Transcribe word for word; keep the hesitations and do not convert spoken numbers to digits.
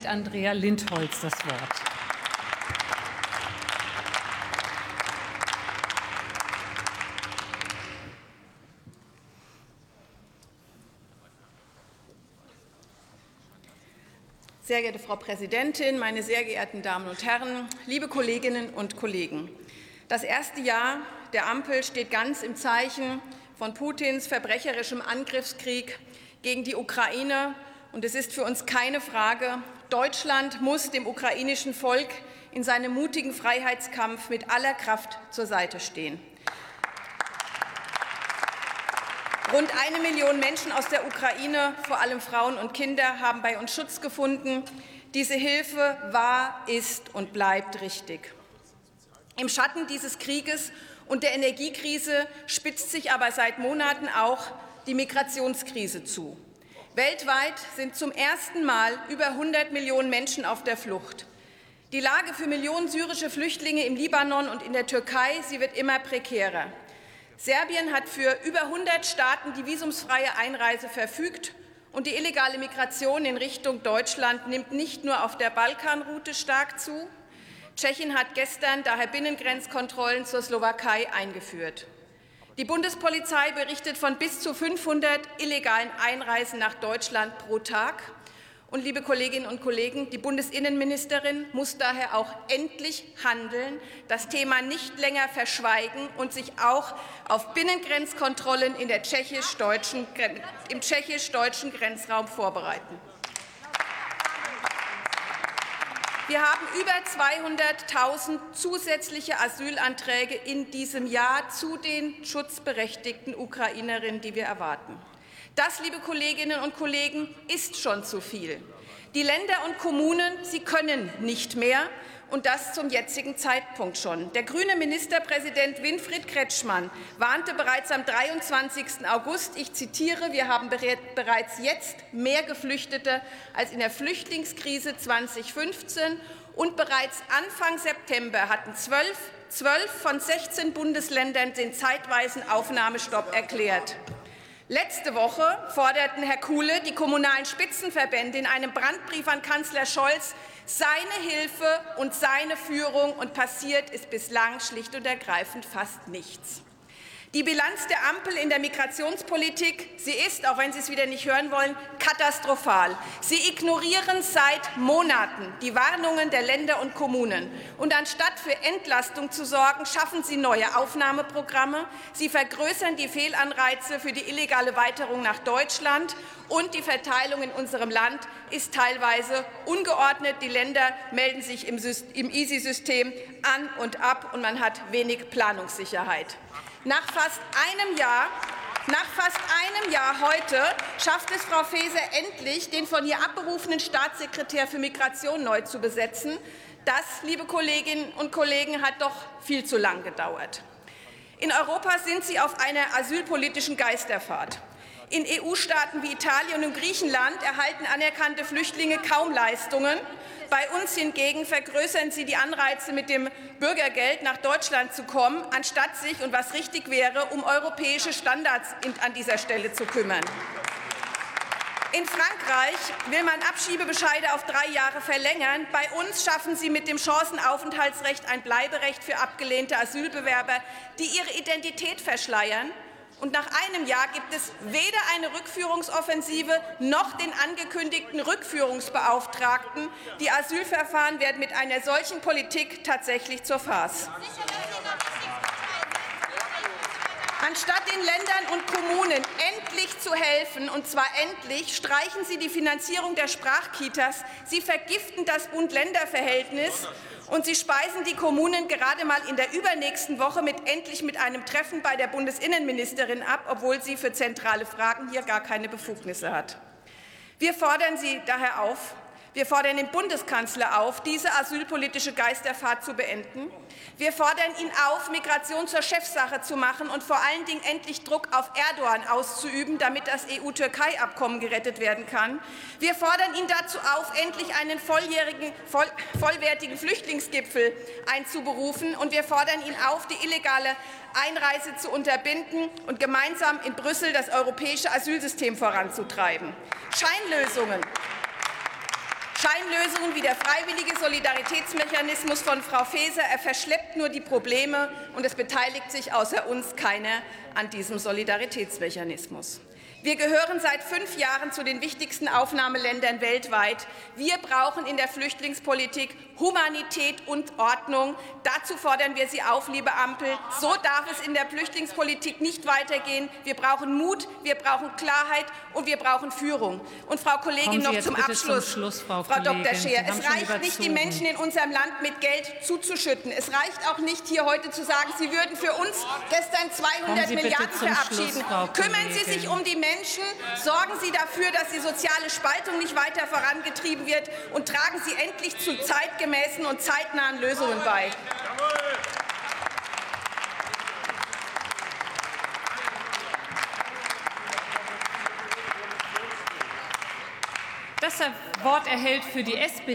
Andrea Lindholz das Wort. Sehr geehrte Frau Präsidentin, meine sehr geehrten Damen und Herren, liebe Kolleginnen und Kollegen! Das erste Jahr der Ampel steht ganz im Zeichen von Putins verbrecherischem Angriffskrieg gegen die Ukraine. Und es ist für uns keine Frage, Deutschland muss dem ukrainischen Volk in seinem mutigen Freiheitskampf mit aller Kraft zur Seite stehen. Rund eine Million Menschen aus der Ukraine, vor allem Frauen und Kinder, haben bei uns Schutz gefunden. Diese Hilfe war, ist und bleibt richtig. Im Schatten dieses Krieges und der Energiekrise spitzt sich aber seit Monaten auch die Migrationskrise zu. Weltweit sind zum ersten Mal über hundert Millionen Menschen auf der Flucht. Die Lage für Millionen syrische Flüchtlinge im Libanon und in der Türkei, sie wird immer prekärer. Serbien hat für über hundert Staaten die visumsfreie Einreise verfügt, und die illegale Migration in Richtung Deutschland nimmt nicht nur auf der Balkanroute stark zu. Tschechien hat gestern daher Binnengrenzkontrollen zur Slowakei eingeführt. Die Bundespolizei berichtet von bis zu fünfhundert illegalen Einreisen nach Deutschland pro Tag. Und, liebe Kolleginnen und Kollegen, die Bundesinnenministerin muss daher auch endlich handeln, das Thema nicht länger verschweigen und sich auch auf Binnengrenzkontrollen in der tschechisch-deutschen, im tschechisch-deutschen Grenzraum vorbereiten. Wir haben über zweihunderttausend zusätzliche Asylanträge in diesem Jahr zu den schutzberechtigten Ukrainerinnen, die wir erwarten. Das, liebe Kolleginnen und Kollegen, ist schon zu viel. Die Länder und Kommunen, sie können nicht mehr, und das zum jetzigen Zeitpunkt schon. Der grüne Ministerpräsident Winfried Kretschmann warnte bereits am dreiundzwanzigsten August, ich zitiere, wir haben bereits jetzt mehr Geflüchtete als in der Flüchtlingskrise zweitausendfünfzehn, und bereits Anfang September hatten zwölf, zwölf von sechzehn Bundesländern den zeitweisen Aufnahmestopp erklärt. Letzte Woche forderten Herr Kuhle, die kommunalen Spitzenverbände in einem Brandbrief an Kanzler Scholz seine Hilfe und seine Führung, und passiert ist bislang schlicht und ergreifend fast nichts. Die Bilanz der Ampel in der Migrationspolitik, sie ist, auch wenn Sie es wieder nicht hören wollen, katastrophal. Sie ignorieren seit Monaten die Warnungen der Länder und Kommunen. Und anstatt für Entlastung zu sorgen, schaffen Sie neue Aufnahmeprogramme. Sie vergrößern die Fehlanreize für die illegale Weiterung nach Deutschland. Und die Verteilung in unserem Land ist teilweise ungeordnet. Die Länder melden sich im E A S Y-System an und ab, und man hat wenig Planungssicherheit. Nach fast einem Jahr, nach fast einem Jahr heute schafft es Frau Faeser endlich, den von ihr abberufenen Staatssekretär für Migration neu zu besetzen. Das, liebe Kolleginnen und Kollegen, hat doch viel zu lang gedauert. In Europa sind Sie auf einer asylpolitischen Geisterfahrt. In E U-Staaten wie Italien und Griechenland erhalten anerkannte Flüchtlinge kaum Leistungen. Bei uns hingegen vergrößern Sie die Anreize, mit dem Bürgergeld nach Deutschland zu kommen, anstatt sich, und was richtig wäre, um europäische Standards an dieser Stelle zu kümmern. In Frankreich will man Abschiebebescheide auf drei Jahre verlängern. Bei uns schaffen Sie mit dem Chancenaufenthaltsrecht ein Bleiberecht für abgelehnte Asylbewerber, die ihre Identität verschleiern. Und nach einem Jahr gibt es weder eine Rückführungsoffensive noch den angekündigten Rückführungsbeauftragten. Die Asylverfahren werden mit einer solchen Politik tatsächlich zur Farce. Anstatt den Ländern und Kommunen endlich zu helfen, und zwar endlich, streichen Sie die Finanzierung der Sprachkitas. Sie vergiften das Bund-Länder-Verhältnis. Und Sie speisen die Kommunen gerade mal in der übernächsten Woche mit endlich mit einem Treffen bei der Bundesinnenministerin ab, obwohl sie für zentrale Fragen hier gar keine Befugnisse hat. Wir fordern Sie daher auf, wir fordern den Bundeskanzler auf, diese asylpolitische Geisterfahrt zu beenden. Wir fordern ihn auf, Migration zur Chefsache zu machen und vor allen Dingen endlich Druck auf Erdogan auszuüben, damit das E U-Türkei-Abkommen gerettet werden kann. Wir fordern ihn dazu auf, endlich einen volljährigen, voll, vollwertigen Flüchtlingsgipfel einzuberufen. Und wir fordern ihn auf, die illegale Einreise zu unterbinden und gemeinsam in Brüssel das europäische Asylsystem voranzutreiben. Scheinlösungen. Scheinlösungen wie der freiwillige Solidaritätsmechanismus von Frau Faeser, er verschleppt nur die Probleme, und es beteiligt sich außer uns keiner an diesem Solidaritätsmechanismus. Wir gehören seit fünf Jahren zu den wichtigsten Aufnahmeländern weltweit. Wir brauchen in der Flüchtlingspolitik Humanität und Ordnung. Dazu fordern wir Sie auf, liebe Ampel. So darf es in der Flüchtlingspolitik nicht weitergehen. Wir brauchen Mut, wir brauchen Klarheit und wir brauchen Führung. Und Frau Kollegin, noch zum Abschluss, zum Schluss, Frau, Frau Doktor Scheer, es reicht überzogen. nicht, die Menschen in unserem Land mit Geld zuzuschütten. Es reicht auch nicht, hier heute zu sagen, Sie würden für uns gestern zweihundert Milliarden verabschieden. Schluss, Kümmern Sie sich um die Menschen. Menschen. Sorgen Sie dafür, dass die soziale Spaltung nicht weiter vorangetrieben wird, und tragen Sie endlich zu zeitgemäßen und zeitnahen Lösungen bei. Das Wort erhält für die S P D